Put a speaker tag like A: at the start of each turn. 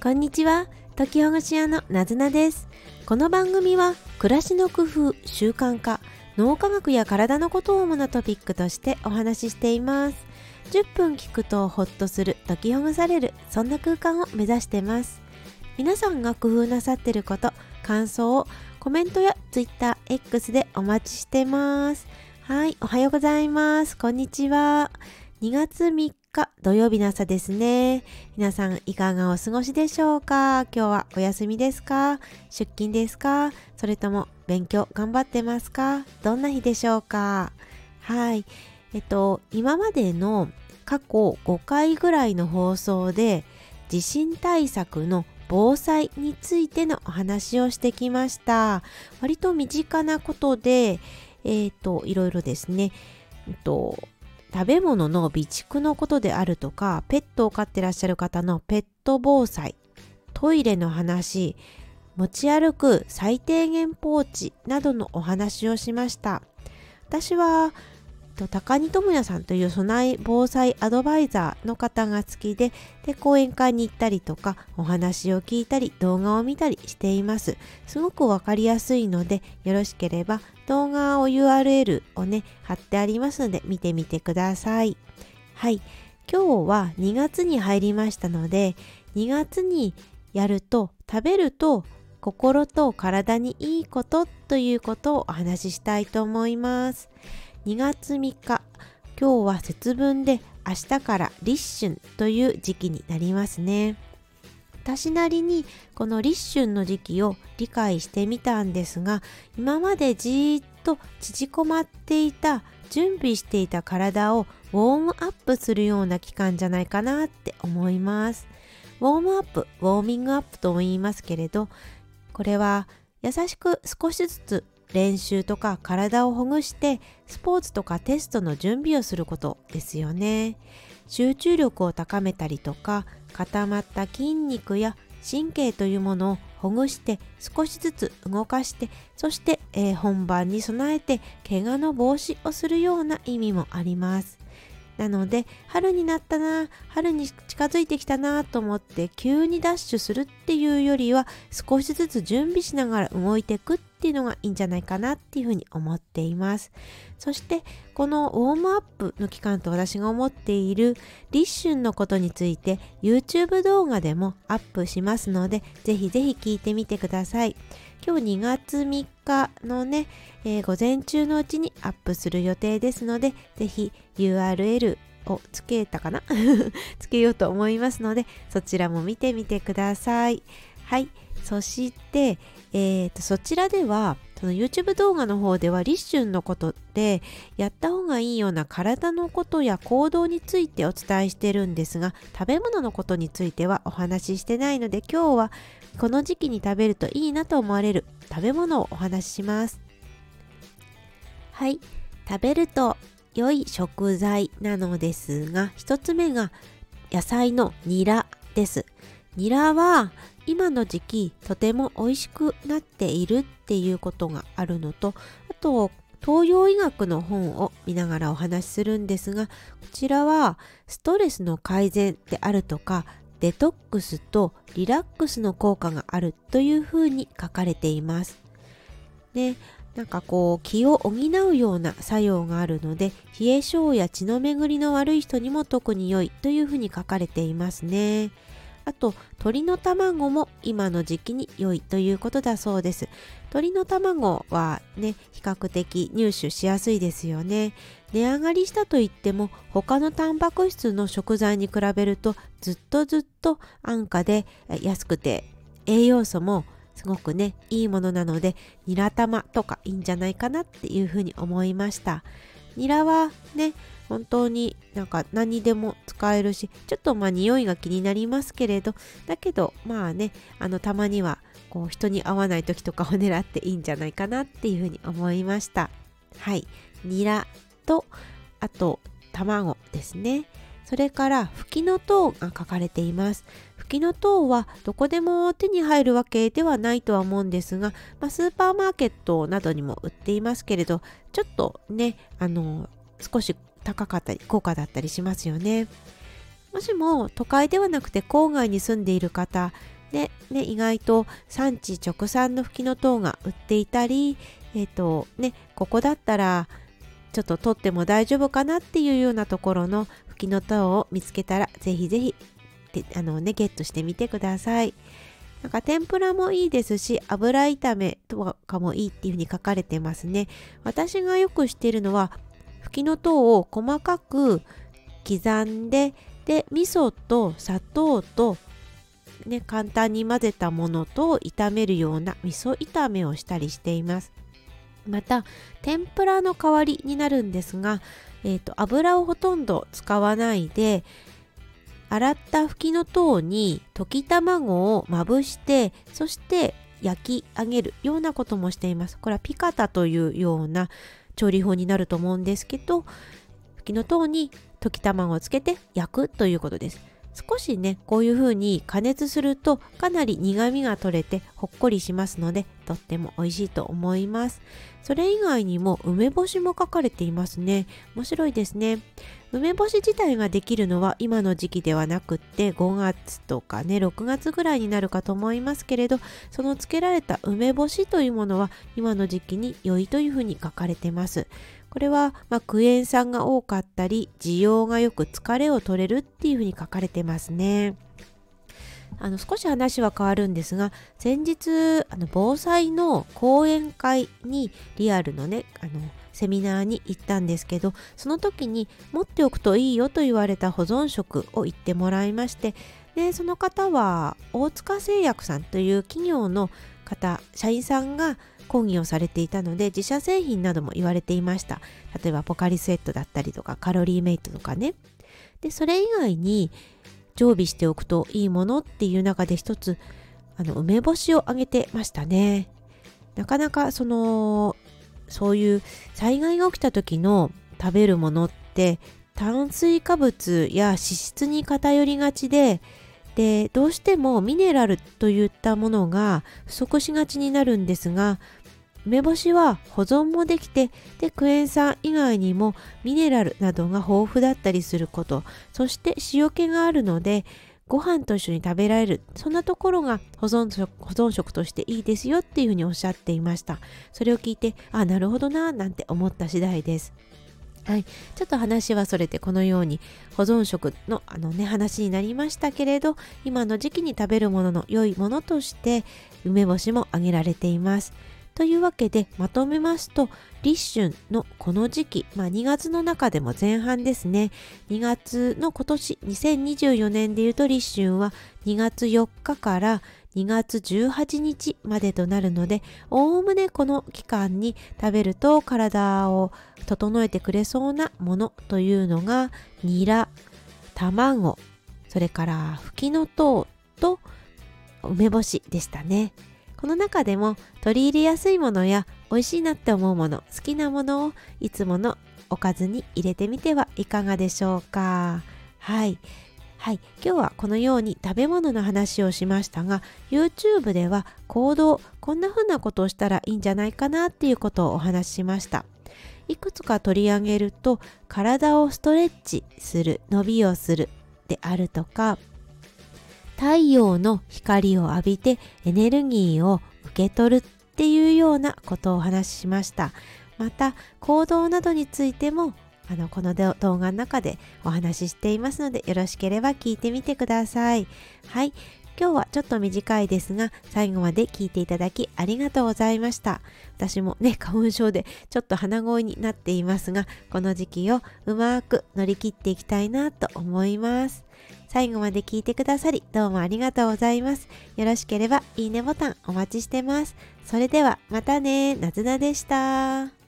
A: こんにちは、時ほぐし屋のなずなです。この番組は暮らしの工夫、習慣化、脳科学や体のことを主なトピックとしてお話ししています。10分聞くとホッとする、解きほぐされる、そんな空間を目指してます。皆さんが工夫なさっていること、感想をコメントや Twitter、X でお待ちしてます。はい、おはようございます。こんにちは。2月3日土曜日の朝ですね。皆さんいかがお過ごしでしょうか？今日はお休みですか？出勤ですか？それとも勉強頑張ってますか？どんな日でしょうか？はい。今までの過去5回ぐらいの放送で地震対策の防災についてのお話をしてきました。割と身近なことで、いろいろですね、食べ物の備蓄のことであるとか、ペットを飼ってらっしゃる方のペット防災、トイレの話、持ち歩く最低限ポーチなどのお話をしました。私は高荷智也さんという備え防災アドバイザーの方が好きで、講演会に行ったりとかお話を聞いたり動画を見たりしています。すごくわかりやすいので、よろしければ動画を URL をね貼ってありますので見てみてください。はい、今日は2月に入りましたので、2月にやると食べると心と体にいいことということをお話ししたいと思います。2月3日、今日は節分で明日から立春という時期になりますね。私なりにこの立春の時期を理解してみたんですが、今までじーっと縮こまっていた、準備していた体をウォームアップするような期間じゃないかなって思います。ウォームアップ、ウォーミングアップとも言いますけれど、これは優しく少しずつ練習とか体をほぐしてスポーツとかテストの準備をすることですよね。集中力を高めたりとか、固まった筋肉や神経というものをほぐして少しずつ動かして、そして、本番に備えて怪我の防止をするような意味もあります。なので春になったな、春に近づいてきたなと思って急にダッシュするっていうよりは、少しずつ準備しながら動いていくっていうのがいいんじゃないかなっていうふうに思っています。そしてこのウォームアップの期間と私が思っている立春のことについて YouTube 動画でもアップしますので、ぜひぜひ聞いてみてください。今日2月3日のね、午前中のうちにアップする予定ですので、ぜひ URL をつけたかなつけようと思いますので、そちらも見てみてください。はい、そして、そちらではその YouTube 動画の方では立春のことでやった方がいいような体のことや行動についてお伝えしてるんですが、食べ物のことについてはお話ししてないので、今日はこの時期に食べるといいなと思われる食べ物をお話しします。はい、食べると良い食材なのですが、一つ目が野菜のニラです。ニラは今の時期とても美味しくなっているっていうことがあるのと、あと東洋医学の本を見ながらお話しするんですが、こちらはストレスの改善であるとかデトックスとリラックスの効果があるというふうに書かれています。で、なんか気を補うような作用があるので、冷え性や血の巡りの悪い人にも特に良いというふうに書かれていますね。あと鶏の卵も今の時期に良いということだそうです。鶏の卵はね、比較的入手しやすいですよね。値上がりしたといっても他のタンパク質の食材に比べるとずっと安価で安くて、栄養素もすごくねいいものなので、ニラ玉とかいいんじゃないかなっていうふうに思いました。ニラはね、本当になんか何にでも使えるし、ちょっと匂いが気になりますけれど、だけどたまには人に会わない時とかを狙っていいんじゃないかなっていうふうに思いました。はい、ニラとあと卵ですね。それからフキノトウが書かれています。フキノトウはどこでも手に入るわけではないとは思うんですが、スーパーマーケットなどにも売っていますけれど、ちょっとね少し高かったり高価だったりしますよね。 もしも都会ではなくて郊外に住んでいる方で、意外と産地直産のフキノトウが売っていたり、ここだったらちょっと取っても大丈夫かなっていうようなところのフキノトウを見つけたら、ぜひぜひゲットしてみてください。なんか天ぷらもいいですし、油炒めとかもいいっていうふうに書かれてますね。私がよくしているのは、フキノトウを細かく刻んで、味噌と砂糖と簡単に混ぜたものと炒めるような味噌炒めをしたりしています。また天ぷらの代わりになるんですが、油をほとんど使わないで、洗ったフキノトウに溶き卵をまぶして、そして焼き上げるようなこともしています。これはピカタというような調理法になると思うんですけど、フキノトウに溶き卵をつけて焼くということです。少しこういう風に加熱するとかなり苦みが取れてほっこりしますので、とっても美味しいと思います。それ以外にも梅干しも書かれていますね。面白いですね。梅干し自体ができるのは今の時期ではなくって5月とか6月ぐらいになるかと思いますけれど、その漬けられた梅干しというものは今の時期に良いというふうに書かれています。これは、クエン酸が多かったり滋養がよく疲れを取れるっていうふうに書かれてますね。少し話は変わるんですが、先日防災の講演会にリアルのセミナーに行ったんですけど、その時に持っておくといいよと言われた保存食を言ってもらいまして、でその方は大塚製薬さんという企業の方、社員さんが講義をされていたので、自社製品なども言われていました。例えばポカリスエットだったりとかカロリーメイトとかね。でそれ以外に常備しておくといいものっていう中で一つ梅干しを挙げてましたね。なかなかそういう災害が起きた時の食べるものって炭水化物や脂質に偏りがちで、どうしてもミネラルといったものが不足しがちになるんですが、梅干しは保存もできて、クエン酸以外にもミネラルなどが豊富だったりすること、そして塩気があるのでご飯と一緒に食べられる、そんなところが保存食としていいですよっていうふうにおっしゃっていました。それを聞いて、なるほどななんて思った次第です。はい、ちょっと話はそれてこのように保存食の話になりましたけれど、今の時期に食べるものの良いものとして梅干しも挙げられています。というわけでまとめますと、立春のこの時期、2月の中でも前半ですね。2月の今年2024年でいうと立春は2月4日から2月18日までとなるので、おおむねこの期間に食べると体を整えてくれそうなものというのがニラ、卵、それからフキノトウと梅干しでしたね。この中でも取り入れやすいものや美味しいなって思うもの、好きなものをいつものおかずに入れてみてはいかがでしょうか。はい、今日はこのように食べ物の話をしましたが、 YouTube では行動、こんな風なことをしたらいいんじゃないかなっていうことをお話ししました。いくつか取り上げると、体をストレッチする、伸びをするであるとか、太陽の光を浴びてエネルギーを受け取るっていうようなことをお話ししました。また行動などについてもこの動画の中でお話ししていますので、よろしければ聞いてみてください。はい、今日はちょっと短いですが、最後まで聞いていただきありがとうございました。私も花粉症でちょっと鼻声になっていますが、この時期をうまく乗り切っていきたいなと思います。最後まで聞いてくださりどうもありがとうございます。よろしければいいねボタンお待ちしてます。それではまたね。なずなでした。